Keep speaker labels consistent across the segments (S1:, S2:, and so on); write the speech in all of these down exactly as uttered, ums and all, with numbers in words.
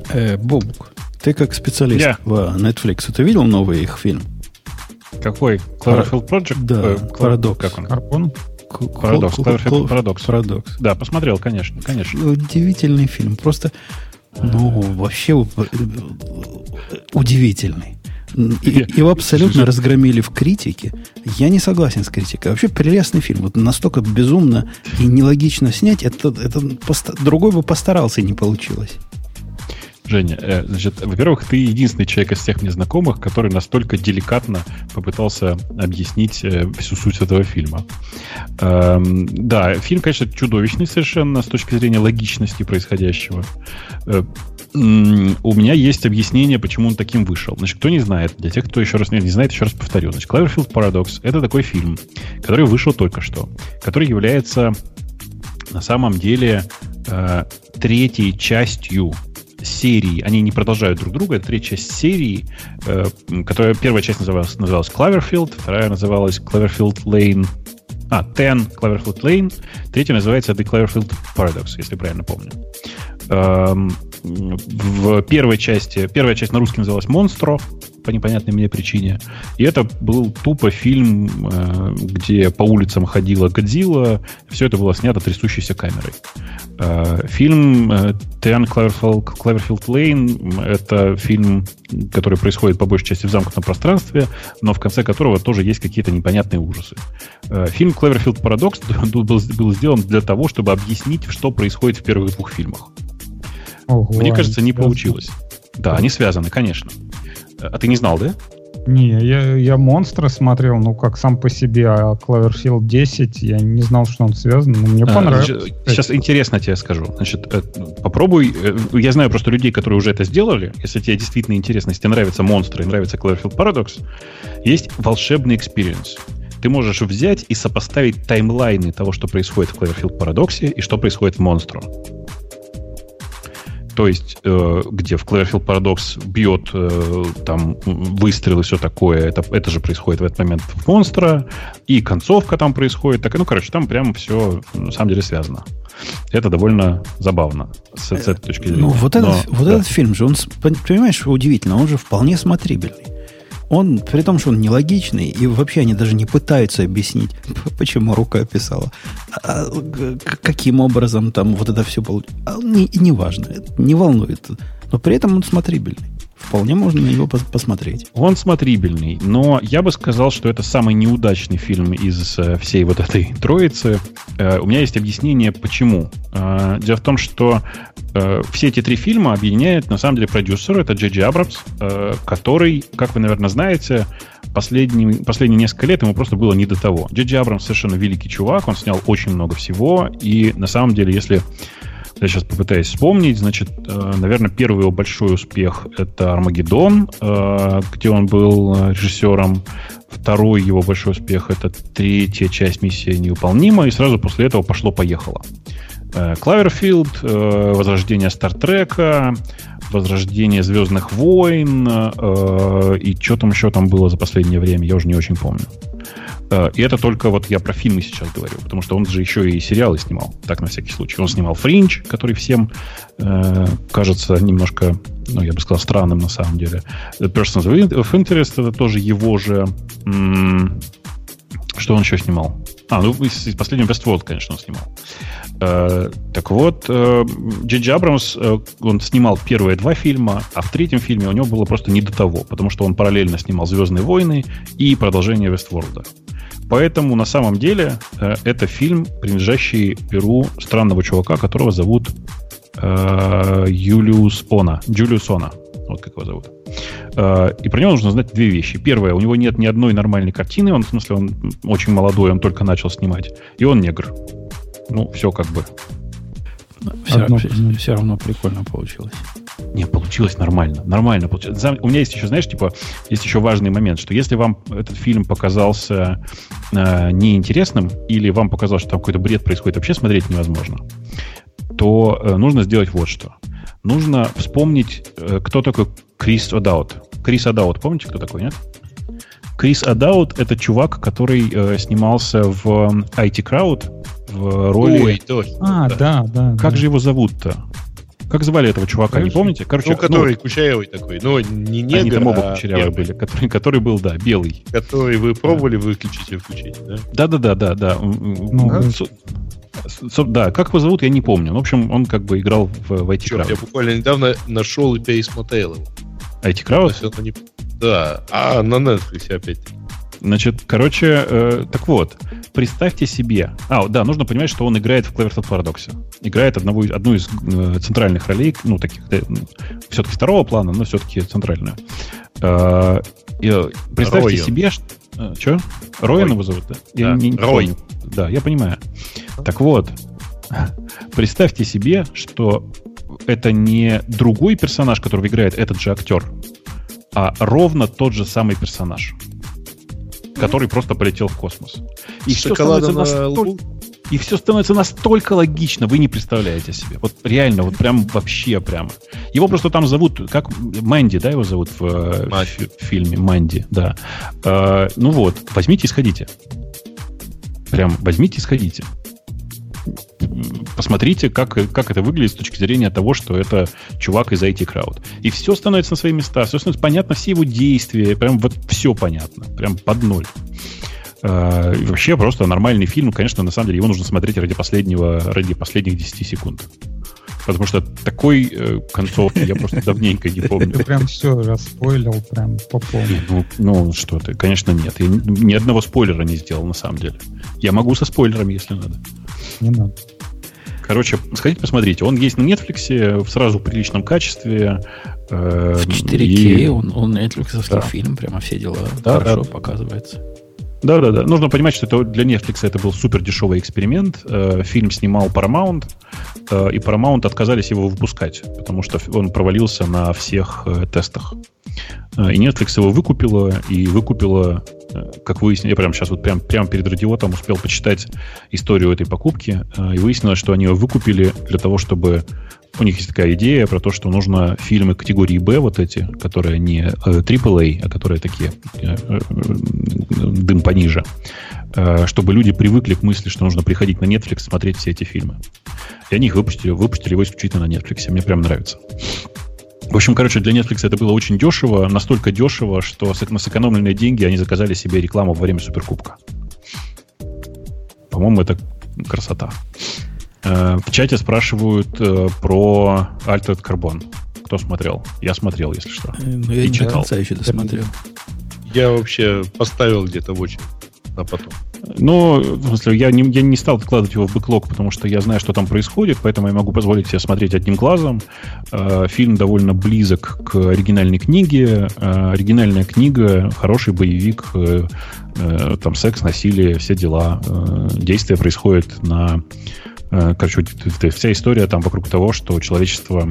S1: Э, Бобук, ты как специалист
S2: yeah.
S1: в Netflix, ты видел новый их фильм?
S2: Какой? Cloverfield Project?
S1: Да,
S2: э,
S1: Парадокс.
S2: Как он?
S3: Карбон?
S2: Парадокс. Cloverfield Paradox.
S1: Парадокс.
S2: Да, посмотрел, конечно, конечно.
S1: Удивительный фильм. Просто, ну, вообще удивительный. И, его абсолютно разгромили в критике. Я не согласен с критикой. Вообще прелестный фильм. Вот настолько безумно и нелогично снять, это, это поста- другой бы постарался, и не получилось.
S2: Женя, э, значит, во-первых, ты единственный человек из всех мне знакомых, который настолько деликатно попытался объяснить э, всю суть этого фильма. Эм, да, фильм, конечно, чудовищный совершенно с точки зрения логичности происходящего. Э, м- у меня есть объяснение, почему он таким вышел. Значит, кто не знает, для тех, кто еще раз не, не знает, еще раз повторю. Значит, Cloverfield Paradox — это такой фильм, который вышел только что, который является на самом деле э, третьей частью серии, они не продолжают друг друга, это третья часть серии, э, которая, первая часть называлась, называлась Cloverfield, вторая называлась Cloverfield Lane, а, Ten Cloverfield Lane, третья называется The Cloverfield Paradox, если правильно помню. Эм, в первой части, первая часть на русский называлась Monstro, по непонятной мне причине, и это был тупо фильм, э, где по улицам ходила Годзилла, все это было снято трясущейся камерой. Э, фильм э, Ten Cloverfield, Cloverfield Lane — это фильм, который происходит по большей части в замкнутом пространстве, но в конце которого тоже есть какие-то непонятные ужасы. Э, фильм Cloverfield Paradox был, был сделан для того, чтобы объяснить, что происходит в первых двух фильмах.
S3: Ого,
S2: Мне кажется, не
S3: связаны.
S2: получилось. Да, они связаны, конечно. А ты не знал, да?
S3: Не, я, я «Монстра» смотрел, ну, как сам по себе, а Cloverfield десять, я не знал, что он связан, но мне понравилось.
S2: А, значит, сейчас интересно тебе скажу. Значит, попробуй, я знаю просто людей, которые уже это сделали, если тебе действительно интересно, если тебе нравятся «Монстры» и нравится Cloverfield Paradox, есть волшебный экспириенс. Ты можешь взять и сопоставить таймлайны того, что происходит в Cloverfield Paradox и что происходит в «Монстро». То есть, э, где в Cloverfield Paradox бьет э, там выстрел и все такое, это, это же происходит в этот момент в «Монстро», и концовка там происходит. Так, ну, короче, там прям все на самом деле связано. Это довольно забавно с, с этой точки зрения.
S1: Ну, вот,
S2: Но,
S1: этот, вот
S2: да.
S1: этот фильм же, он, понимаешь, что удивительно, он же вполне смотрибельный. Он, при том, что он нелогичный, и вообще они даже не пытаются объяснить, почему рука описала, а, каким образом там вот это все получилось. А, не, не важно, не волнует. Но при этом он смотрибельный. Вполне можно на него посмотреть.
S2: Он смотрибельный, но я бы сказал, что это самый неудачный фильм из э, всей вот этой троицы. Э, у меня есть объяснение, почему. Э, дело в том, что э, все эти три фильма объединяет, на самом деле, продюсер. Это Джей Джей Абрамс, э, который, как вы, наверное, знаете, последние, последние несколько лет ему просто было не до того. Джей Джей Абрамс совершенно великий чувак, он снял очень много всего, и на самом деле, если... Я сейчас попытаюсь вспомнить. Значит, наверное, первый его большой успех — это «Армагеддон», где он был режиссером. Второй его большой успех — это третья часть «Миссия невыполнима». И сразу после этого пошло-поехало. «Кловерфилд», возрождение «Стартрека», возрождение «Звездных войн», и что там еще там было за последнее время, я уже не очень помню. И это только вот я про фильмы сейчас говорю, потому что он же еще и сериалы снимал, так, на всякий случай. Он снимал «Фриндж», который всем э, кажется немножко, ну, я бы сказал, странным на самом деле. «Persons of Interest» — это тоже его же... М- что он еще снимал? А, ну, из, из последнего «Westworld», конечно, он снимал. Э, так вот, э, Джей Джей Абрамс, э, он снимал первые два фильма, а в третьем фильме у него было просто не до того, потому что он параллельно снимал «Звездные войны» и продолжение «Westworld». Поэтому, на самом деле, э, это фильм, принадлежащий перу странного чувака, которого зовут э, Юлиус Она. Джулиус Она. Вот как его зовут. Э, и про него нужно знать две вещи. Первое, у него нет ни одной нормальной картины. Он, в смысле, он очень молодой, он только начал снимать. И он негр. Ну, все как бы.
S1: Все, все, все равно прикольно получилось.
S2: Не, получилось нормально. Нормально получилось. У меня есть еще, знаешь, типа, есть еще важный момент, что если вам этот фильм показался э, неинтересным, или вам показалось, что там какой-то бред происходит, вообще смотреть невозможно, то э, нужно сделать вот что. Нужно вспомнить, э, кто такой Крис О'Даут. Крис О'Даут, помните, кто такой, нет? Крис О'Даут — это чувак, который э, снимался в ай ти Crowd в роли...
S3: Ой, точно. А, да, да.
S2: Как
S3: да.
S2: же его зовут-то? Как звали этого чувака, не помните? Короче,
S4: ну, который
S2: ну,
S4: кучерявый такой. Ну, не негр,
S2: они там оба
S4: а
S2: кучерявые были. Который, который был, да, белый.
S4: Который вы пробовали выключить и включить, да?
S2: Да-да-да, да.
S3: Ну,
S2: да. Да, как его зовут, я не помню. В общем, он как бы играл в, в ай ти Crowd.
S4: Я буквально недавно нашел и пересмотрел его.
S2: ай ти Crowd?
S4: Не... Да, а на Netflix опять.
S2: Значит, короче, э, так вот, представьте себе... А, да, нужно понимать, что он играет в Cloverfield Paradox. Играет одного, одну из э, центральных ролей, ну, таких, э, все-таки второго плана, но все-таки центральную. Э, э, представьте Ройен. себе... Что, э, что? Ройен его зовут, да? Я
S4: да.
S2: не, не
S4: Рой.
S2: Да, я понимаю. Так вот, представьте себе, что это не другой персонаж, которого играет этот же актер, а ровно тот же самый персонаж, который просто полетел в космос. И все, становится настолько, и все становится настолько логично, вы не представляете себе. Вот реально, вот прям вообще прямо. Его просто там зовут, как Мэнди, да, его зовут в, в, в фильме Мэнди, да. Э, ну вот, возьмите и сходите. Прям возьмите и сходите. Посмотрите, как, как это выглядит с точки зрения того, что это чувак из ай ти Crowd. И все становится на свои места, все становится понятно, все его действия, прям вот все понятно, прям под ноль. Э, и вообще просто нормальный фильм, конечно, на самом деле его нужно смотреть ради последнего, ради последних десяти секунд. Потому что такой э, концовки я просто давненько не помню.
S3: Ты прям все распойлил, прям по полной.
S2: Ну, ну, что ты, конечно, нет. Я ни, ни одного спойлера не сделал, на самом деле. Я могу со спойлерами, если надо.
S3: Не надо.
S2: Короче, сходите, посмотрите. Он есть на Netflix сразу в приличном качестве.
S1: Э, в четыре кей
S2: и...
S1: он, он Netflix-овский
S2: да.
S1: фильм, прямо все дела
S2: да,
S1: хорошо
S2: да.
S1: показывается.
S2: Да-да-да. Нужно понимать, что это для Netflix это был супер дешевый эксперимент. Э, фильм снимал Paramount, э, и Paramount отказались его выпускать, потому что он провалился на всех э, тестах. Э, и Netflix его выкупила, и выкупила, э, как выяснилось, я прямо сейчас вот прям, прямо перед радиотом успел почитать историю этой покупки, э, и выяснилось, что они его выкупили для того, чтобы... У них есть такая идея про то, что нужно фильмы категории B, вот эти, которые не трипл эй, а которые такие э, э, дым пониже, э, чтобы люди привыкли к мысли, что нужно приходить на Netflix смотреть все эти фильмы. И они их выпустили, выпустили его исключительно на Netflix. Мне прям нравится. В общем, короче, для Netflix это было очень дешево, настолько дешево, что на сэкономленные деньги они заказали себе рекламу во время Суперкубка. По-моему, это красота. В чате спрашивают э, про Altered Carbon. Кто смотрел? Я смотрел, если что.
S1: Ну, я
S2: и
S1: не
S2: читал.
S1: до конца еще досмотрел.
S4: Я вообще поставил где-то в очередь на потом.
S2: Ну, в смысле, я не, я не стал откладывать его в бэклог, потому что я знаю, что там происходит, поэтому я могу позволить себе смотреть одним глазом. Э, фильм довольно близок к оригинальной книге. Э, оригинальная книга, хороший боевик, э, э, там секс, насилие, все дела. Э, действие происходит на... Короче, вся история там вокруг того, что человечество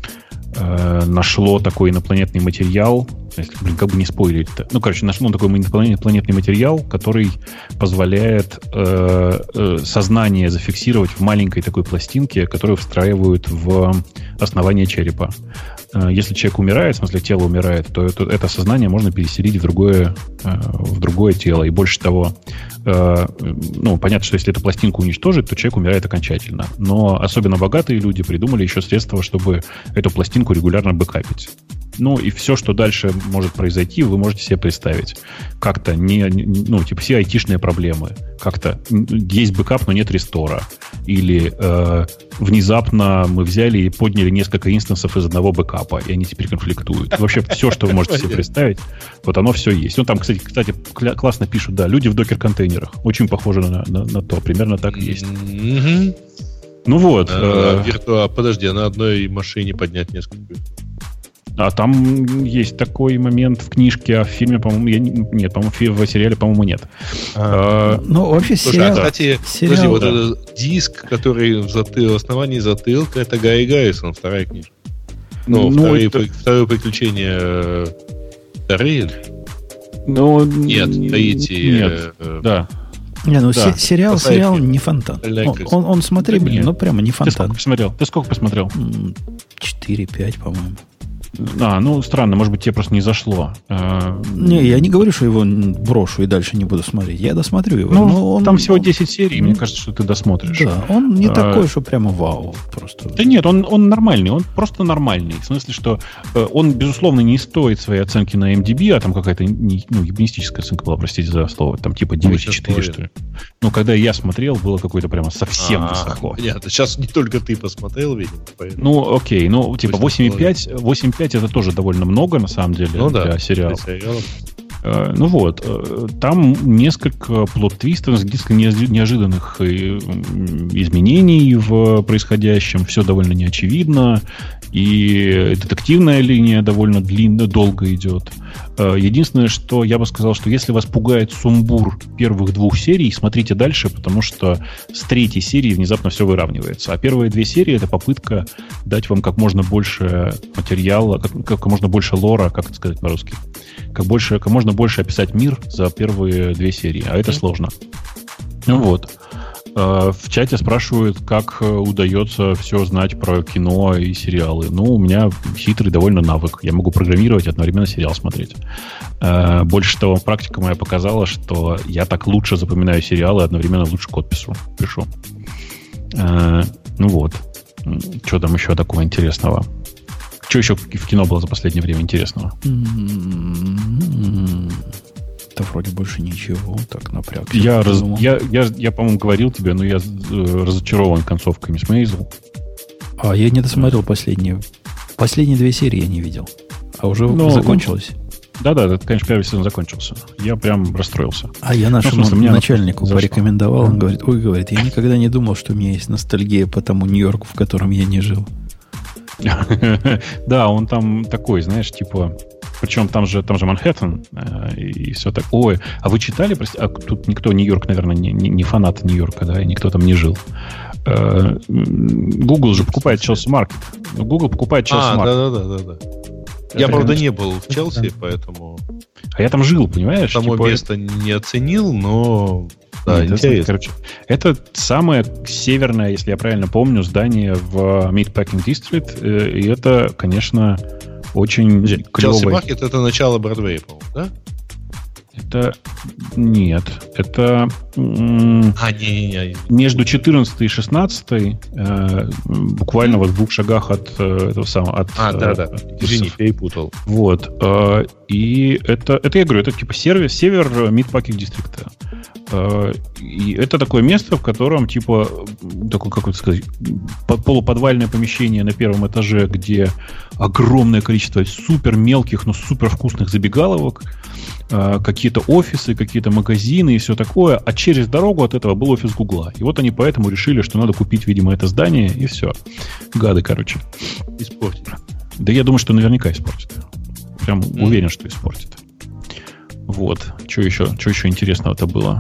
S2: э, нашло такой инопланетный материал, если, блин, как бы не спойлерить-то. Ну, короче, нашло такой инопланетный материал, который позволяет э, э, сознание зафиксировать в маленькой такой пластинке, которую встраивают в основание черепа. Э, если человек умирает, в смысле тело умирает, то это, это сознание можно переселить в другое, э, в другое тело. И больше того, э, ну, понятно, что если эту пластинку уничтожить, то человек умирает окончательно. Но особенно богатые люди придумали еще средства, чтобы эту пластинку регулярно бэкапить. Ну, и все, что дальше может произойти, вы можете себе представить. Как-то не, не ну, типа, все айтишные проблемы. Как-то есть бэкап, но нет рестора. Или э, внезапно мы взяли и подняли несколько инстансов из одного бэкапа, и они теперь конфликтуют. Вообще, все, что вы можете себе представить, вот оно все есть. Ну, там, кстати, кстати классно пишут, да, люди в докер-контейнерах. Очень похоже на, на, на то. Примерно так и есть.
S4: Mm-hmm.
S2: Ну вот.
S4: А, э... вирту... Подожди, а на одной машине поднять несколько...
S2: А там есть такой момент в книжке, а в фильме, по-моему, я не, нет, по-моему, в сериале, по-моему, нет.
S1: А, а, ну, вообще,
S4: слушай,
S1: сериал...
S4: А, кстати,
S1: сериал,
S4: подожди, вот
S1: да.
S4: этот диск, который в, затыл, в основании затылка, это Гарри Гаррисон, вторая книжка. Ну, ну вторые, это... второе приключение... Вторые?
S2: Ну,
S4: нет, третьи...
S2: Нет, э, да.
S1: Не, ну
S2: да.
S1: се- сериал, сериал не фонтан. Он, он, он смотрибельный, но прямо не фонтан.
S2: Ты сколько посмотрел? Ты сколько посмотрел?
S1: четыре-пять, по-моему.
S2: А, ну, странно, может быть, тебе просто не зашло.
S1: Не, я не говорю, что его брошу и дальше не буду смотреть. Я досмотрю его.
S2: Ну,
S1: но он,
S2: там всего
S1: он,
S2: десять серий, мне кажется, что ты досмотришь.
S1: Да, он не
S2: а,
S1: такой, что прямо вау. Просто.
S2: Да нет, он, он нормальный, он просто нормальный. В смысле, что он, безусловно, не стоит своей оценки на эм ди би, а там какая-то не, ну, ебанистическая оценка была, простите за слово, там типа девять целых четыре, что ли. Но когда я смотрел, было какое-то прямо совсем А-а-а. высоко.
S4: Понятно, сейчас не только ты посмотрел, видимо. Поэтому...
S2: Ну, окей, ну, типа восемь и пять это тоже довольно много, на самом деле, ну, для да, сериалов. Для сериалов. Ну вот, там несколько плот-твистов, несколько неожиданных изменений в происходящем, все довольно неочевидно, и детективная линия довольно длинно, долго идет. Единственное, что я бы сказал, что если вас пугает сумбур первых двух серий, смотрите дальше, потому что с третьей серии внезапно все выравнивается. А первые две серии — это попытка дать вам как можно больше материала, как, как можно больше лора, как это сказать по-русски, как, больше, как можно больше описать мир за первые две серии, а это сложно. Ну вот. В чате спрашивают, как удается все знать про кино и сериалы. Ну, у меня хитрый довольно навык. Я могу программировать и одновременно сериал смотреть. Больше того, практика моя показала, что я так лучше запоминаю сериалы и одновременно лучше код пишу. пишу. Ну вот. Что там еще такого интересного? Что еще в кино было за последнее время интересного?
S1: Да вроде больше ничего, так напрягся.
S2: Я, раз, я, я, я, по-моему, говорил тебе, но я разочарован концовкой Мисс Мейзел.
S1: А я не досмотрел последние. Последние две серии я не видел. А уже но, закончилось?
S2: Да-да, это, конечно, первый сезон закончился. Я прям расстроился.
S1: А я нашему ну, смысле, начальнику порекомендовал. Он говорит, ой, говорит, я никогда не думал, что у меня есть ностальгия по тому Нью-Йорку, в котором я не жил.
S2: Да, он там такой, знаешь, типа... Причем там же, там же Манхэттен э, и все так. Ой, а вы читали, прости, а тут никто, Нью-Йорк, наверное, не, не, не фанат Нью-Йорка, да, и никто там не жил. Э, Google же покупает Челси Маркет. Google покупает Челси Маркет.
S4: А, да-да-да. Я, правда, не был в Челси, поэтому...
S2: А я там жил, понимаешь?
S4: Само типа... место не оценил, но... Да,
S2: Нет, интересно. Это, короче, это самое северное, если я правильно помню, здание в Meatpacking District, и это, конечно... Очень клевый.
S4: Челси Маркет — это начало Бродвея, по-моему, да?
S2: Это... Нет. Это...
S4: А, не-не-не.
S2: Между четырнадцатой и шестнадцатой э, буквально вот в двух шагах от э, этого самого... От,
S4: а, да-да.
S2: Э,
S4: Извини, перепутал.
S2: Вот. Э, и это, это, я говорю, это типа сервис, север Meatpacking District. Э, и это такое место, в котором, типа, такое, как это сказать, полуподвальное помещение на первом этаже, где огромное количество супер мелких, но супер вкусных забегаловок, э, какие-то офисы, какие-то магазины и все такое, а через дорогу от этого был офис Гугла. И вот они поэтому решили, что надо купить, видимо, это здание, и все. Гады, короче.
S4: Испортить.
S2: Да я думаю, что наверняка испортит. Прям mm. уверен, что испортит. Вот. Что еще, что еще интересного-то было?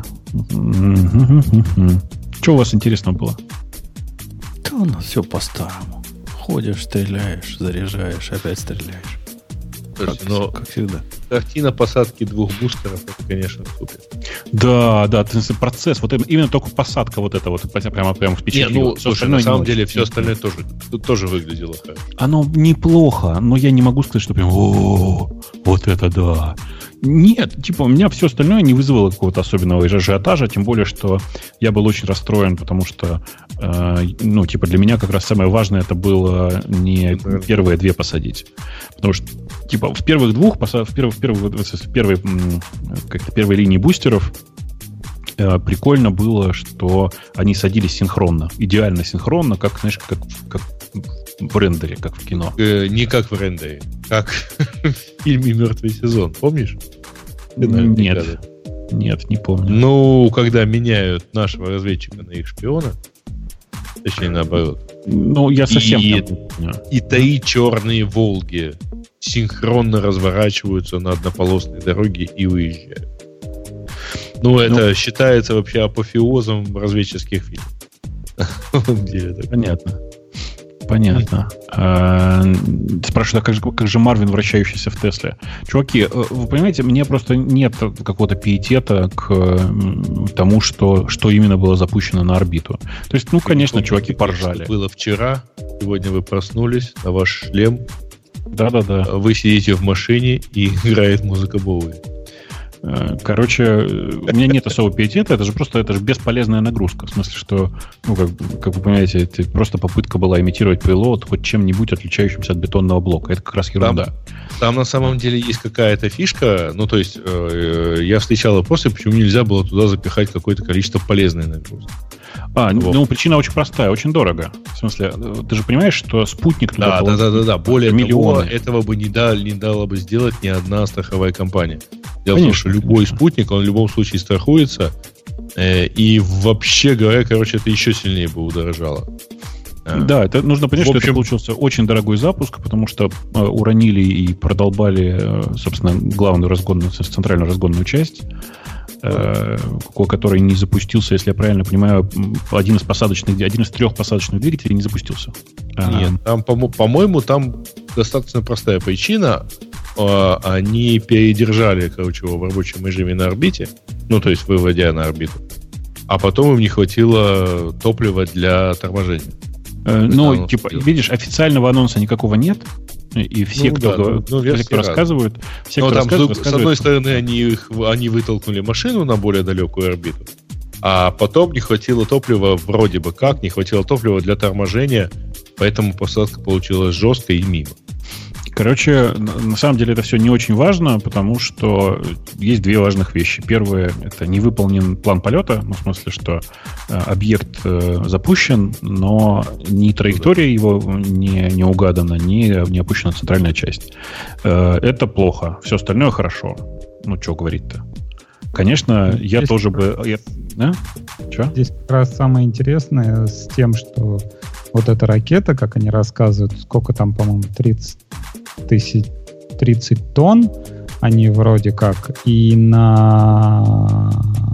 S2: Что у вас интересного было?
S1: Да у нас все по-старому. Ходишь, стреляешь, заряжаешь, опять стреляешь.
S4: Слушайте, как, но
S1: как всегда.
S4: Картина посадки двух бустеров, это, конечно, супер.
S2: Да, да, процесс, вот именно только посадка вот это вот прямо, прямо впечатлило.
S4: Нет, ну, слушай, на самом деле все остальное тоже, тоже выглядело хорошо.
S2: Оно неплохо, но я не могу сказать, что прям о, вот это да. Нет, типа у меня все остальное не вызвало какого-то особенного ажиотажа, тем более, что я был очень расстроен, потому что, э, ну, типа для меня как раз самое важное это было не первые две посадить. Потому что, типа, в первых двух, в первой, в первой, в первой, как-то первой линии бустеров э, прикольно было, что они садились синхронно, идеально синхронно, как, знаешь, как, как в рендере, как в кино.
S4: Э, не как в рендере, как в фильме «Мертвый сезон». Помнишь?
S2: Ты, наверное, нет, не нет, не помню.
S4: Ну, когда меняют нашего разведчика на их шпиона, точнее, наоборот.
S2: Ну, я совсем
S4: и,
S2: не помню.
S4: И три черные «Волги» синхронно разворачиваются на однополосной дороге и уезжают. Ну, это ну, считается вообще апофеозом разведческих фильмов.
S2: Понятно. Понятно. А, спрашивают, а как же, как же Марвин, вращающийся в Тесле? Чуваки, вы понимаете, мне просто нет какого-то пиетета к тому, что, что именно было запущено на орбиту. То есть, ну, конечно, чуваки поржали.
S4: Было вчера, сегодня вы проснулись, на ваш шлем
S2: Да-да-да.
S4: Вы сидите в машине и играет музыка Боуи.
S2: Короче, у меня нет особого пиетета, это же просто это же бесполезная нагрузка. В смысле, что, ну, как, как вы понимаете, это просто попытка была имитировать payload хоть чем-нибудь отличающимся от бетонного блока. Это как раз ерунда.
S4: Там, там на самом деле есть какая-то фишка, ну, то есть э, я встречал вопросы, почему нельзя было туда запихать какое-то количество полезной нагрузки.
S2: А, вот. Ну, причина очень простая, очень дорого. В смысле, ты же понимаешь, что спутник туда...
S4: Да, да, да, да, да. Более
S2: миллионы.
S4: того, этого бы не, дал, не дала бы сделать ни одна страховая компания. Дело в том, что любой конечно. спутник, он в любом случае страхуется, э, и вообще говоря, короче, это еще сильнее бы удорожало.
S2: Да, это нужно понять,
S4: общем,
S2: что это получился очень дорогой запуск, потому что э, уронили и продолбали, э, собственно, главную разгонную, центральную разгонную часть, э, который не запустился, если я правильно понимаю, один из посадочных, один из трех посадочных двигателей не запустился.
S4: Нет, там, по- по-моему, там достаточно простая причина. Они передержали, короче, его в рабочем режиме на орбите, ну, то есть выводя на орбиту, а потом им не хватило топлива для торможения.
S2: Э, ну, типа, сделал. Видишь, официального анонса никакого нет, и все, ну, кто, да, говор... ну, все, кто рассказывают, все,
S4: Но
S2: кто
S4: там,
S2: рассказывают,
S4: с,
S2: рассказывают...
S4: с одной стороны, они, их, они вытолкнули машину на более далекую орбиту, а потом не хватило топлива, вроде бы как, не хватило топлива для торможения, поэтому посадка получилась жесткой и мимо.
S2: Короче, на самом деле это все не очень важно, потому что есть две важных вещи. Первое, это не выполнен план полета, ну, в смысле, что э, объект э, запущен, но ни траектория его не, не угадана, ни не опущена центральная часть. Э, это плохо. Все остальное хорошо. Ну, что говорить-то? Конечно, здесь я тоже бы... Я... А? Че?
S3: Здесь как раз самое интересное с тем, что вот эта ракета, как они рассказывают, сколько там, по-моему, тридцать тысяч, тридцать тонн, они вроде как, и на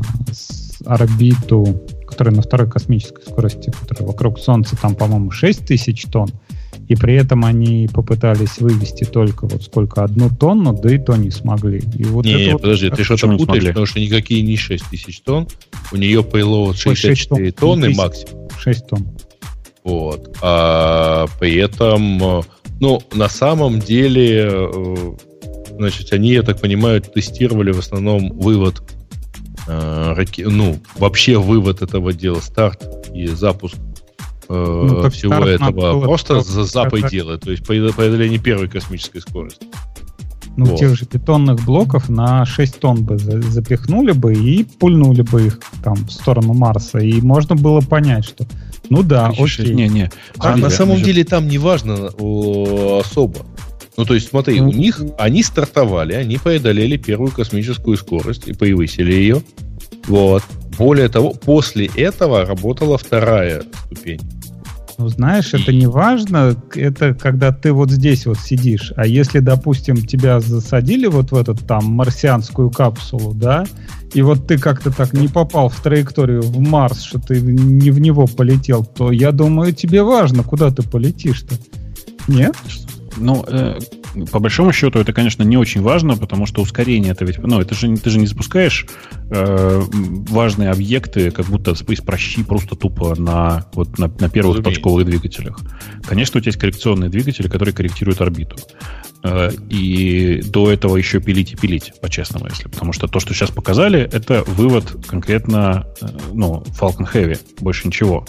S3: орбиту, которая на второй космической скорости, которая вокруг Солнца, там, по-моему, шесть тысяч тонн, и при этом они попытались вывести только вот сколько, одну тонну, да и то не смогли. И вот
S4: не,
S3: это
S4: не
S3: вот
S4: подожди,
S3: как...
S4: ты что-то путаешь, смогли? Потому что никакие не шесть тысяч тонн, у нее payload шестьдесят четыре тонны максимум.
S3: шесть тонн.
S4: Вот. А при этом, ну, на самом деле, значит, они, я так понимаю, тестировали в основном вывод, э, раке... ну, вообще вывод этого дела, старт и запуск э, ну, всего этого. Просто за запой дела, то есть преодоление первой космической скорости.
S3: Ну, вот. Тех же бетонных блоков на шесть тонн бы запихнули бы и пульнули бы их там в сторону Марса. И можно было понять, что ну да, окей.
S2: Не, не.
S4: А на самом же... деле там не важно о, особо. Ну, то есть, смотри, ну, у них они стартовали, они преодолели первую космическую скорость и превысили ее. Вот. Более того, после этого работала вторая ступень.
S3: Ну, знаешь, это не важно, это когда ты вот здесь вот сидишь, а если, допустим, тебя засадили вот в эту там марсианскую капсулу, да, и вот ты как-то так не попал в траекторию в Марс, что ты не в него полетел, то, я думаю, тебе важно, куда ты полетишь-то. Нет?
S2: Ну, э, по большому счету, это, конечно, не очень важно, потому что ускорение это ведь... Ну, это же, ты же не запускаешь э, важные объекты, как будто из прощи просто тупо на, вот, на, на первых Разумеется. Толчковых двигателях. Конечно, у тебя есть коррекционные двигатели, которые корректируют орбиту. Э, и до этого еще пилить и пилить, по-честному, если. Потому что то, что сейчас показали, это вывод конкретно, э, ну, Falcon Heavy. Больше ничего.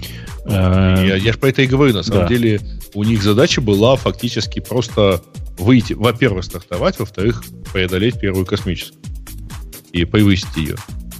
S4: Я, я же про это и говорю. На самом да. деле у них задача была фактически просто выйти, во-первых, стартовать, во-вторых, преодолеть первую космическую и превысить ее.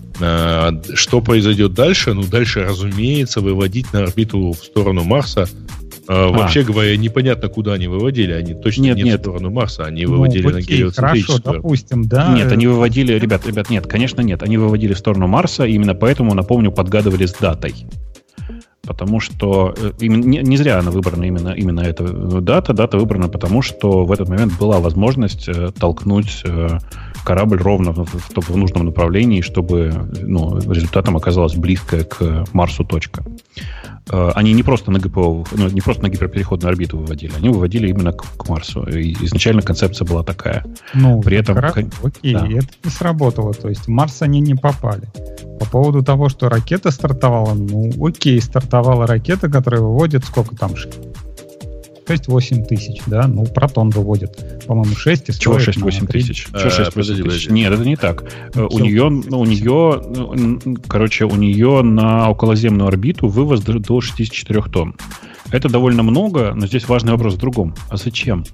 S4: Что произойдет дальше? Ну, дальше, разумеется, выводить на орбиту в сторону Марса. А. Вообще говоря, непонятно, куда они выводили. Они точно нет, не нет. в сторону Марса, они ну, выводили окей, на гелиоцентрическую.
S3: Хорошо, допустим, да.
S2: Нет, они выводили, ребят, ребят, нет, конечно, нет. Они выводили в сторону Марса, и именно поэтому, напомню, подгадывали с датой. Потому что не, не зря она выбрана именно, именно эта дата. Дата выбрана потому, что в этот момент была возможность э, толкнуть э, корабль ровно в, в, в нужном направлении, чтобы ну, результатом оказалась близкая к Марсу точка. Э, они не просто на ГПО, ну, не просто на гиперпереходную орбиту выводили, они выводили именно к, к Марсу. И изначально концепция была такая.
S3: Ну,
S2: При этом,
S3: хорошо, окей, да. Это не сработало. То есть в Марс они не попали. По поводу того, что ракета стартовала, ну, окей, стартовала ракета, которая выводит сколько там? шесть-восемь тысяч, да, ну, Протон выводит, по-моему, шесть и стоит.
S2: Чего шесть-восемь тысяч? Чего шесть-восемь тысяч? Нет, это не так. У нее, у нее, короче, у нее на околоземную орбиту вывоз до шестьдесят четыре тонн. Это довольно много, но здесь важный вопрос в другом. А зачем?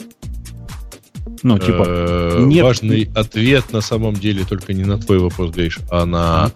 S4: Ну, типа, нет... Важный ответ на самом деле только не на твой вопрос, Гриш, а на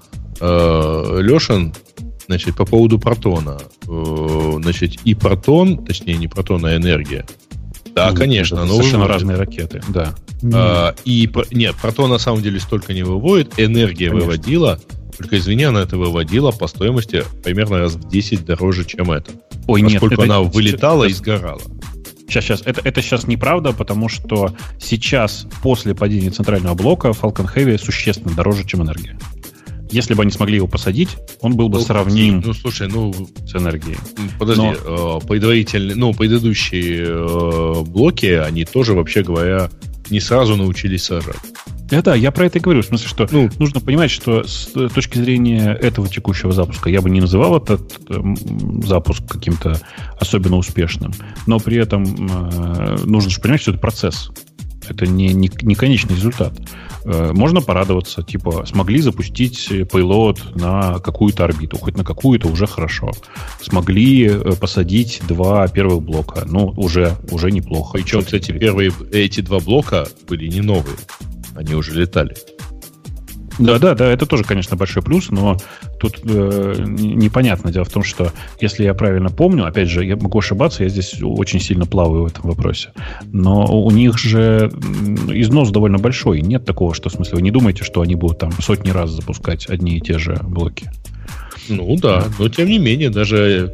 S4: э, Лешин, значит, по поводу Протона. Э, значит, и Протон, точнее, не Протон, а энергия. Да, ну, конечно.
S2: Это совершенно выводит. Разные ракеты, да.
S4: А, и, нет, Протон на самом деле столько не выводит, энергия конечно. Выводила, только, извини, она это выводила по стоимости примерно раз в десять дороже, чем это.
S2: Ой,
S4: поскольку
S2: нет, это...
S4: она вылетала и сгорала.
S2: Сейчас, сейчас. Это, это сейчас неправда, потому что сейчас, после падения центрального блока, Falcon Heavy существенно дороже, чем энергия. Если бы они смогли его посадить, он был бы ну, сравним
S4: ну, слушай, ну,
S2: с энергией.
S4: Подожди, Но... предварительные, ну, предыдущие э, блоки, они тоже, вообще говоря, не сразу научились сажать.
S2: Да, да, я про это и говорю. В смысле, что ну, нужно понимать, что с точки зрения этого текущего запуска я бы не называл этот э, запуск каким-то особенно успешным. Но при этом э, нужно же понимать, что это процесс. Это не, не, не конечный результат. Э, можно порадоваться, типа, смогли запустить payload на какую-то орбиту, хоть на какую-то уже хорошо. Смогли посадить два первых блока. Ну, уже, уже неплохо.
S4: Причем, кстати, первые эти два блока были не новые. Они уже летали.
S2: Да, да, да, это тоже, конечно, большой плюс, но тут э, непонятно. Дело в том, что, если я правильно помню, опять же, я могу ошибаться, я здесь очень сильно плаваю в этом вопросе, но у них же износ довольно большой. Нет такого, что, в смысле, вы не думаете, что они будут там сотни раз запускать одни и те же блоки?
S4: Ну да, да. Но тем не менее, даже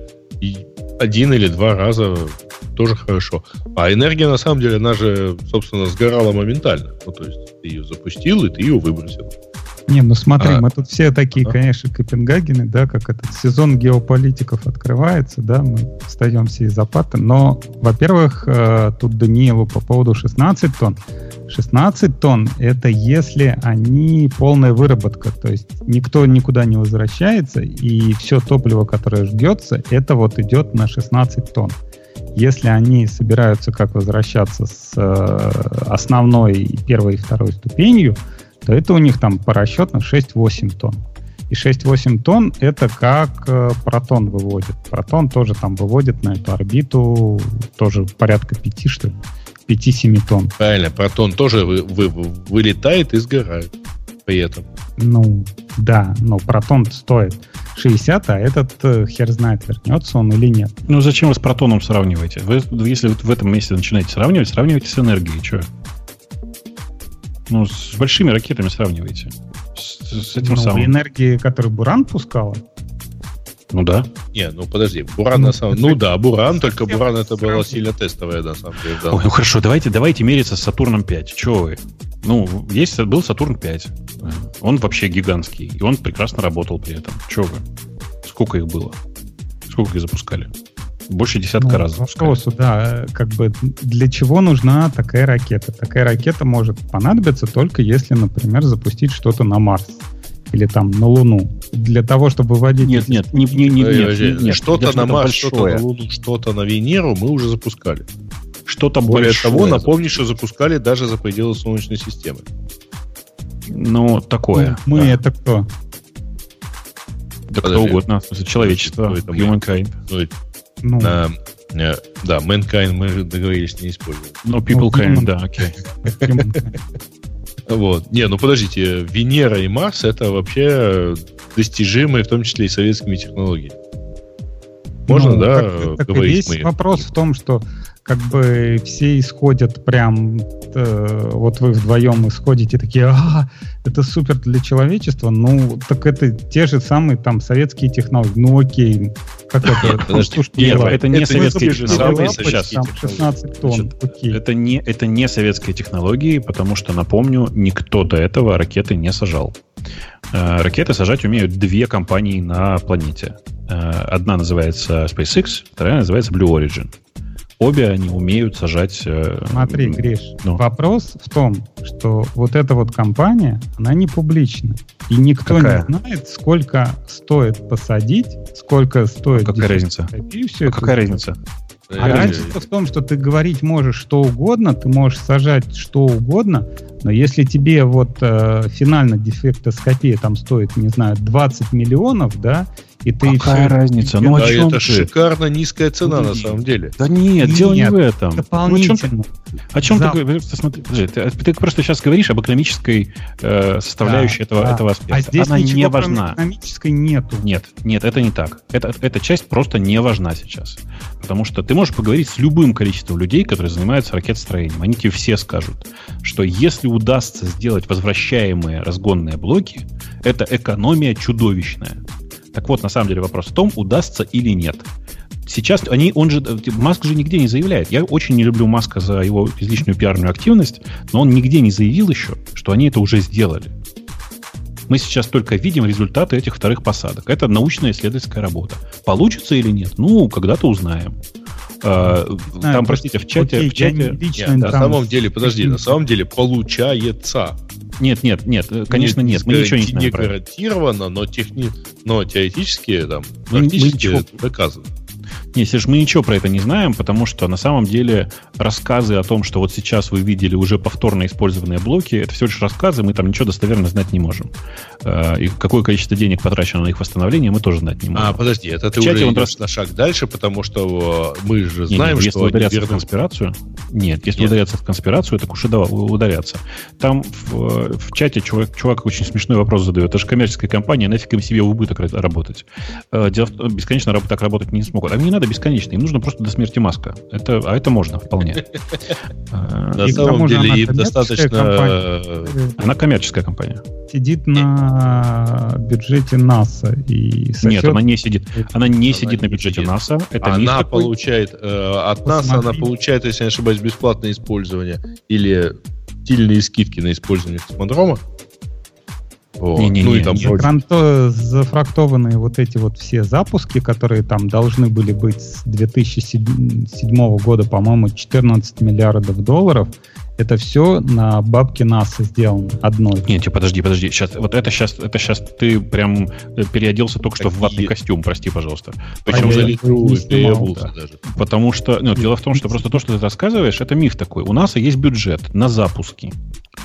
S4: один или два раза тоже хорошо. А энергия, на самом деле, она же, собственно, сгорала моментально. Ну, то есть ты ее запустил, и ты ее выбросил.
S3: Не, ну смотри, а, мы тут все такие, а? конечно, Копенгагены, да, как этот сезон геополитиков открывается, да, мы встаем все из апата, но, во-первых, тут Даниилу по поводу шестнадцати тонн. шестнадцать тонн — это если они полная выработка, то есть никто никуда не возвращается, и все топливо, которое жгется, это вот идет на шестнадцать тонн. Если они собираются как возвращаться с э, основной первой и второй ступенью, то это у них там по расчетам шесть-восемь тонн. И шесть-восемь тонн — это как э, Протон выводит. Протон тоже там выводит на эту орбиту тоже порядка пяти, что ли, пяти-семи тонн.
S4: Правильно, Протон тоже вы, вы, вылетает и сгорает при этом.
S3: Ну, да, но Протон стоит шестьдесят, а этот э, хер знает, вернется он или нет.
S2: Ну, зачем вы с Протоном сравниваете? Вы, если вы в этом месте начинаете сравнивать, сравнивайте с энергией, что? Ну, с большими ракетами сравниваете. С, с этим
S3: ну,
S2: самым.
S3: Энергии, которую Буран пускала?
S2: Ну да.
S4: Не, ну подожди, Буран ну, на самом деле. Ну да, Буран, только Буран это была сильно тестовая, на самом деле. Да.
S2: Ой, ну хорошо, давайте, давайте мериться с Сатурном пять. Чего вы? Ну, есть, был Сатурн пять. Он вообще гигантский. И он прекрасно работал при этом. Чего вы? Сколько их было? Сколько их запускали? Больше десятка
S3: ну,
S2: раз запускали.
S3: Вопросу, да, как бы для чего нужна такая ракета? Такая ракета может понадобиться только если, например, запустить что-то на Марс. Или там на Луну. Для того, чтобы выводить...
S2: Нет, нет, не, не, не, нет, нет, нет.
S4: Что-то на Марс, что-то на Луну, что-то на Венеру мы уже запускали.
S2: Что-то
S4: более
S2: большое.
S4: того, напомни, что запускали даже за пределы Солнечной системы.
S2: Ну, такое.
S3: Ну, мы
S2: да.
S3: это кто?
S2: Да Подожди. Кто угодно. Человечество.
S4: Это
S2: Humankind.
S4: Мы, ну, а, да, Mankind мы договорились не использовать.
S2: Ну, Peoplekind, ну, да, окей.
S4: Вот. Не, ну подождите, Венера и Марс — это вообще достижимые, в том числе и советскими технологиями. Можно, ну, да,
S3: так, так говорить мы? Вопрос в том, что как бы все исходят прям, э, вот вы вдвоем исходите такие, а, это супер для человечества, ну, так это те же самые там советские технологии, ну окей, как это?
S2: Нет, это не советские технологии сейчас.
S3: шестнадцать тонн, окей.
S2: Это не, это не советские технологии, потому что, напомню, никто до этого ракеты не сажал. Ракеты сажать умеют две компании на планете. Одна называется SpaceX, вторая называется Blue Origin. Обе они умеют сажать...
S3: Смотри, Гриш, ну. вопрос в том, что вот эта вот компания, она не публична. И никто Какая? не знает, сколько стоит посадить, сколько стоит...
S2: А какая разница?
S3: И все
S2: а какая разница?
S3: А разница в том, что ты говорить можешь что угодно, ты можешь сажать что угодно, но если тебе вот э, финально дефектоскопия там стоит, не знаю, двадцать миллионов, да, и ты...
S2: Какая
S3: все,
S2: разница? Ну,
S4: да,
S2: о чем
S4: это
S2: ты?
S4: шикарно низкая цена, ну, на самом деле.
S2: Да нет, нет, дело не в этом.
S3: Дополнительно.
S2: Ну, о чем ты, о чем ты говоришь? Смотри, подожди, ты, ты просто сейчас говоришь об экономической э, составляющей да, этого, да. этого аспекта.
S3: А здесь
S2: Она
S3: ничего
S2: не важна.
S3: Экономической нету.
S2: Нет, нет, это не так. Это, эта часть просто не важна сейчас. Потому что ты можешь поговорить с любым количеством людей, которые занимаются ракетостроением. Они тебе все скажут, что если удастся сделать возвращаемые разгонные блоки, это экономия чудовищная. Так вот, на самом деле вопрос в том, удастся или нет. Сейчас они, он же, Маск же нигде не заявляет. Я очень не люблю Маска за его излишнюю пиарную активность, но он нигде не заявил еще, что они это уже сделали. Мы сейчас только видим результаты этих вторых посадок. Это научная исследовательская работа. Получится или нет? Ну, когда-то узнаем. А, знаю, там, простите, в чате... Окей, в чате
S4: нет, на самом деле, подожди, на самом деле получается.
S2: Нет, нет, нет, конечно,
S4: не,
S2: нет. Мы ничего не знаем.
S4: Не гарантированно, но, техни... но теоретически, там, практически мы, мы доказано.
S2: Не, Сереж, мы ничего про это не знаем, потому что на самом деле рассказы о том, что вот сейчас вы видели уже повторно использованные блоки, это всего лишь рассказы, мы там ничего достоверно знать не можем. И какое количество денег потрачено на их восстановление, мы тоже знать не можем.
S4: А, подожди, это ты уже идешь раз... на шаг дальше, потому что мы же знаем,
S2: не, не,
S4: что...
S2: Если ударяться вернут... в конспирацию... Нет, если нет. ударяться в конспирацию, так уж и ударяться. Там в, в чате чувак, чувак очень смешной вопрос задает. Это же коммерческая компания, нафиг им себе в убыток работать. Дело в том, бесконечно так работать не смогут. А им не надо бесконечно, им нужно просто до смерти Маска. Это, а это можно вполне.
S4: На самом деле им достаточно...
S2: Она коммерческая компания.
S3: Сидит на бюджете НАСА. И
S2: Нет, она не сидит. Она не сидит на бюджете НАСА.
S4: Она получает от НАСА, она получает, если я не ошибаюсь, бесплатное использование или сильные скидки на использование космодрома.
S2: Не, не, ну,
S3: не,
S2: и там
S3: не. Зафрактованные вот эти вот все запуски, которые там должны были быть с две тысячи седьмого года, по-моему, четырнадцать миллиардов долларов, это все на бабке НАСА сделано одной.
S2: Нет, подожди, подожди. Сейчас, вот это сейчас, это сейчас ты прям переоделся только что Какие? в ватный костюм, прости, пожалуйста.
S4: Причем а за литровую переобулся
S2: да. даже. Потому что, ну, дело в том, что просто то, что ты рассказываешь, это миф такой. У НАСА есть бюджет на запуски.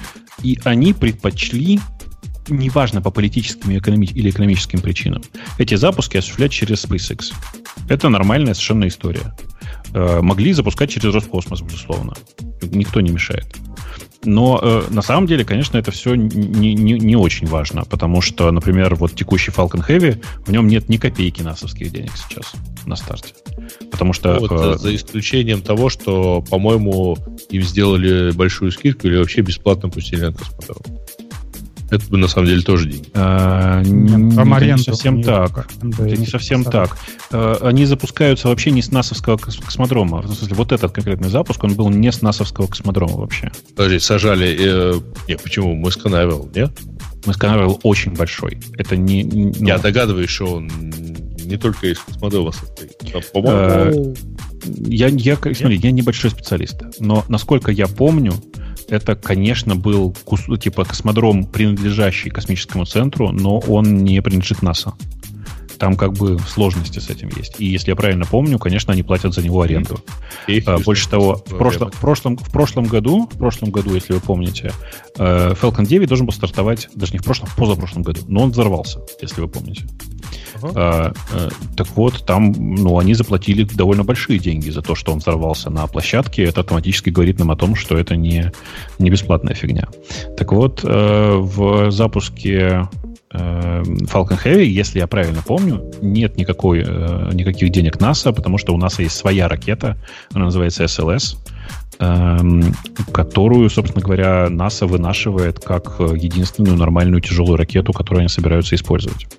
S2: И они предпочли, неважно по политическим или экономическим причинам, эти запуски осуществлять через SpaceX. Это нормальная совершенно история. Э, могли запускать через Роскосмос, безусловно. Никто не мешает. Но э, на самом деле, конечно, это все не, не, не очень важно, потому что, например, вот текущий Falcon Heavy, в нем нет ни копейки насовских денег сейчас на старте. Потому что...
S4: Вот,
S2: э,
S4: за исключением того, что, по-моему, им сделали большую скидку или вообще бесплатно пустили на космодром. Это бы на самом деле тоже деньги.
S2: А, не, не, не совсем так. Это не совсем так. А, они запускаются вообще не с насовского космодрома. В смысле, вот этот конкретный запуск, он был не с насовского космодрома вообще.
S4: Подожди, сажали... Э, не, почему? Мы Сканавел, нет?
S2: Мы Сканавел очень большой. Это не... Ну,
S4: я догадываюсь, что он не только из космодрома состоит. А, по-моему...
S2: Я, я, смотри, я небольшой специалист, но насколько я помню, это, конечно, был типа космодром, принадлежащий космическому центру, но он не принадлежит НАСА. Там как бы сложности с этим есть. И если я правильно помню, конечно, они платят за него аренду. Mm-hmm. Больше того, в прошлом, в, прошлом, в прошлом году, в прошлом году, если вы помните, Falcon девять должен был стартовать, даже не в прошлом, в позапрошлом году, но он взорвался, если вы помните. Uh-huh. А, а, так вот, там, ну, они заплатили довольно большие деньги за то, что он взорвался на площадке. Это автоматически говорит нам о том, что это не, не бесплатная фигня. Так вот, э, в запуске э, Falcon Heavy, если я правильно помню, нет никакой, э, никаких денег НАСА, потому что у НАСА есть своя ракета, она называется эс эл эс, э, которую, собственно говоря, НАСА вынашивает как единственную нормальную тяжелую ракету, которую они собираются использовать.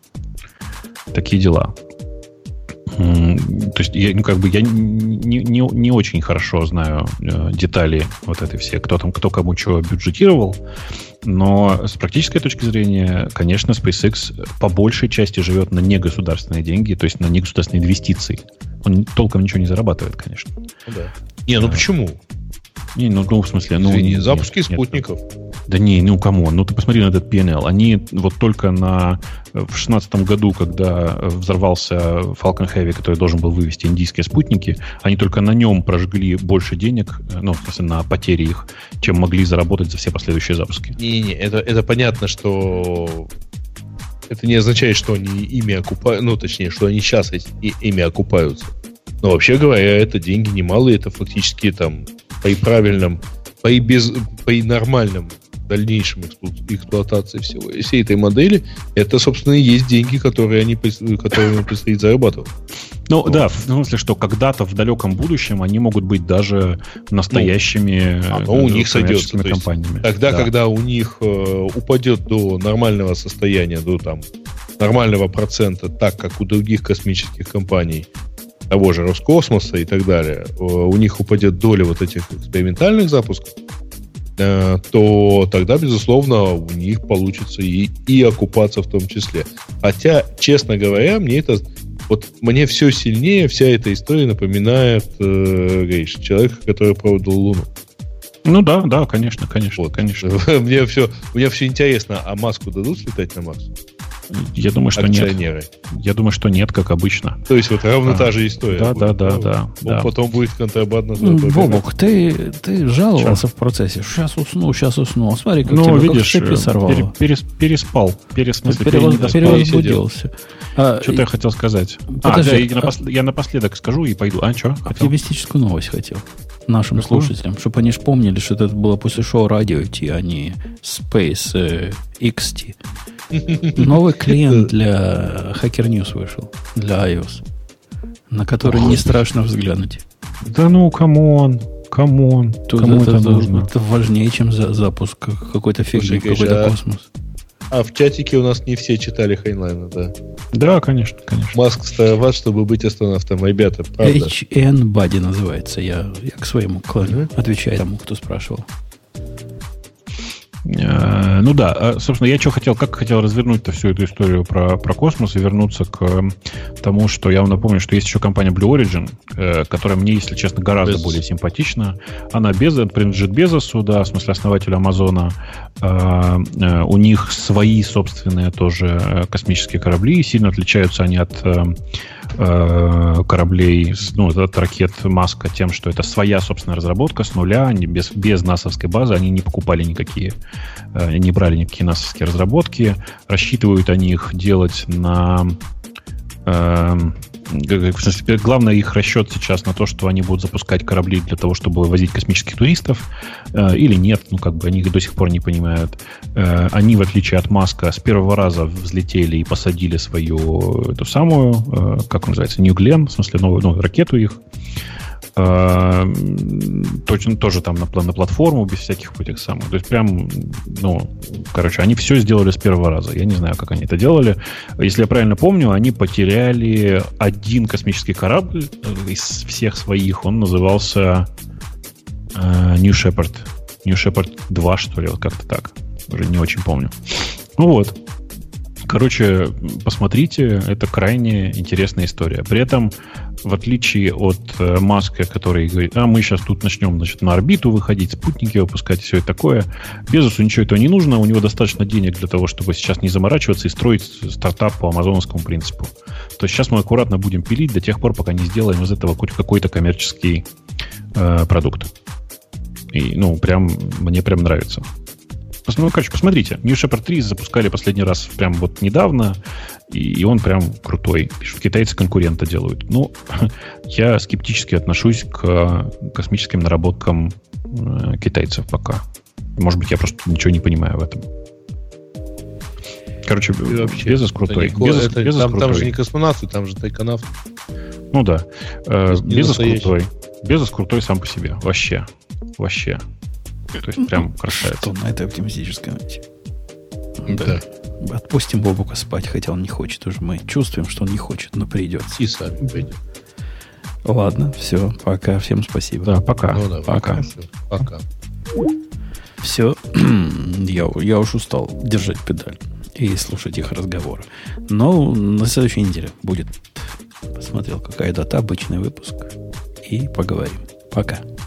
S2: Такие дела. То есть я, ну, как бы я не, не, не очень хорошо знаю э, детали вот этой все, кто там, кто кому что бюджетировал, но с практической точки зрения, конечно, SpaceX по большей части живет на негосударственные деньги, то есть на негосударственные инвестиции. Он толком ничего не зарабатывает, конечно.
S4: Да. Не, ну а, почему?
S2: Не, ну, ну в смысле, ну
S4: Извини, запуски нет, спутников.
S2: Нет. Да не, ну камон, ну ты посмотри на этот пи эн эл. Они вот только на, в шестнадцатом году, когда взорвался Falcon Heavy, который должен был вывести индийские спутники, они только на нем прожгли больше денег, ну, в смысле, на потери их, чем могли заработать за все последующие запуски.
S4: Не-не, это, это понятно, что это не означает, что они ими окупают, ну, точнее, что они сейчас ими окупаются. Но вообще говоря, это деньги немалые, это фактически там по и правильным, по и, без, по и нормальным дальнейшем эксплуатации всего, всей этой модели, это, собственно, и есть деньги, которые они, которые им предстоит зарабатывать.
S2: Ну, вот. Да, в смысле, что когда-то в далеком будущем они могут быть даже настоящими ну,
S4: оно у них сойдется,
S2: компаниями.
S4: Тогда,
S2: да.
S4: Когда у них э, упадет до нормального состояния, до там, нормального процента, так как у других космических компаний, того же Роскосмоса и так далее, э, у них упадет доля вот этих экспериментальных запусков, то тогда, безусловно, у них получится и, и окупаться в том числе. Хотя, честно говоря, мне это вот мне все сильнее, вся эта история напоминает э, говоришь, человека, который продал Луну.
S2: Ну да, да, конечно, конечно, вот. конечно.
S4: Мне все, мне все интересно, а Маску дадут слетать на Марс?
S2: Я думаю, что
S4: Акционеры.
S2: нет. Я думаю, что нет, как обычно.
S4: То есть вот ровно а, та же история.
S2: Да,
S4: будет.
S2: да, да, да.
S4: Он
S2: да.
S4: потом будет контрабандно.
S1: Бобок, ты, ты жаловался Сейчас. в процессе. Сейчас усну, сейчас усну. Смотри, как
S2: ну,
S1: тебя
S2: видишь,
S1: как цепи сорвало.
S2: Пере, перес, переспал. Перес,
S1: Перевозбудился.
S2: А, Что-то я хотел сказать. Подожди, а, да, я, напос... я напоследок скажу и пойду. А, что?
S1: Оптимистическую новость хотел. Нашим Какую? слушателям, чтобы они же помнили, что это было после шоу радио ти, а не Space э, икс ти. Новый клиент для Hacker News вышел, для iOS, на который не страшно взглянуть.
S2: Да ну, камон, камон.
S1: Кому это, это нужно? Это важнее, чем за запуск какой-то фигни, какой-то
S4: а,
S1: космос.
S4: А в чатике у нас не все читали Хайнлайна, да?
S2: Да, конечно, конечно.
S4: Маск староват, чтобы быть астронавтом, ребята, правда.
S1: эйч эн Buddy называется, я, я к своему клону mm-hmm. отвечаю тому, кто спрашивал.
S2: Ну да, собственно, я что хотел, как хотел развернуть-то всю эту историю про, про космос и вернуться к тому, что я вам напомню, что есть еще компания Blue Origin, которая мне, если честно, гораздо Безос. более симпатична. Она без, принадлежит Безосу, да, в смысле основателю Амазона. У них свои собственные тоже космические корабли, сильно отличаются они от кораблей, ну, от ракет Маска тем, что это своя собственная разработка с нуля, они без, без насовской базы, они не покупали никакие, не брали никакие насовские разработки, рассчитывают они их делать на... Э, в смысле, главный их расчет сейчас на то, что они будут запускать корабли для того, чтобы возить космических туристов, э, или нет, ну, как бы они их до сих пор не понимают. Э, они, в отличие от Маска, с первого раза взлетели и посадили свою, эту самую, э, как он называется, New Glenn, в смысле, новую, ну, ракету их. Э, точно тоже там на, на платформу, без всяких этих самых. То есть прям, ну, короче, они все сделали с первого раза. Я не знаю, как они это делали. Если я правильно помню, они потеряли один космический корабль из всех своих. Он назывался э, New Shepard. New Shepard два, что ли, вот как-то так. Уже не очень помню. Ну вот. Короче, посмотрите, это крайне интересная история. При этом, в отличие от э, Маска, который говорит, а мы сейчас тут начнем, значит, на орбиту выходить, спутники выпускать, все это такое, Безосу ничего этого не нужно, у него достаточно денег для того, чтобы сейчас не заморачиваться и строить стартап по амазоновскому принципу. То есть сейчас мы аккуратно будем пилить до тех пор, пока не сделаем из этого хоть какой-то коммерческий э, продукт. И, ну, прям, мне прям нравится. Ну, короче, посмотрите. New Shepard три запускали последний раз прям вот недавно, и он прям крутой. Пишут, китайцы конкурента делают. Ну, я скептически отношусь к космическим наработкам китайцев пока. Может быть, я просто ничего не понимаю в этом. Короче, вообще, Безос крутой.
S4: Не,
S2: Безос,
S4: это,
S2: Безос
S4: там,
S2: крутой.
S4: Там же не космонавты, там же тайконавты.
S2: Ну да. Безос крутой. Безос крутой сам по себе. Вообще. Вообще. То есть прям красавец.
S1: Что на этой оптимистической ноте?
S4: Да.
S1: Отпустим Бобука спать, хотя он не хочет уже. Мы чувствуем, что он не хочет, но придется.
S4: И сами пойдем.
S1: Ладно, все, пока. Всем спасибо.
S2: Да, пока.
S4: Ну, да,
S2: пока.
S4: Пока. Все. Пока.
S1: Все. я, я уж устал держать педаль и слушать их разговоры. Но на следующей неделе будет. Посмотрел, какая дата, обычный выпуск. И поговорим. Пока.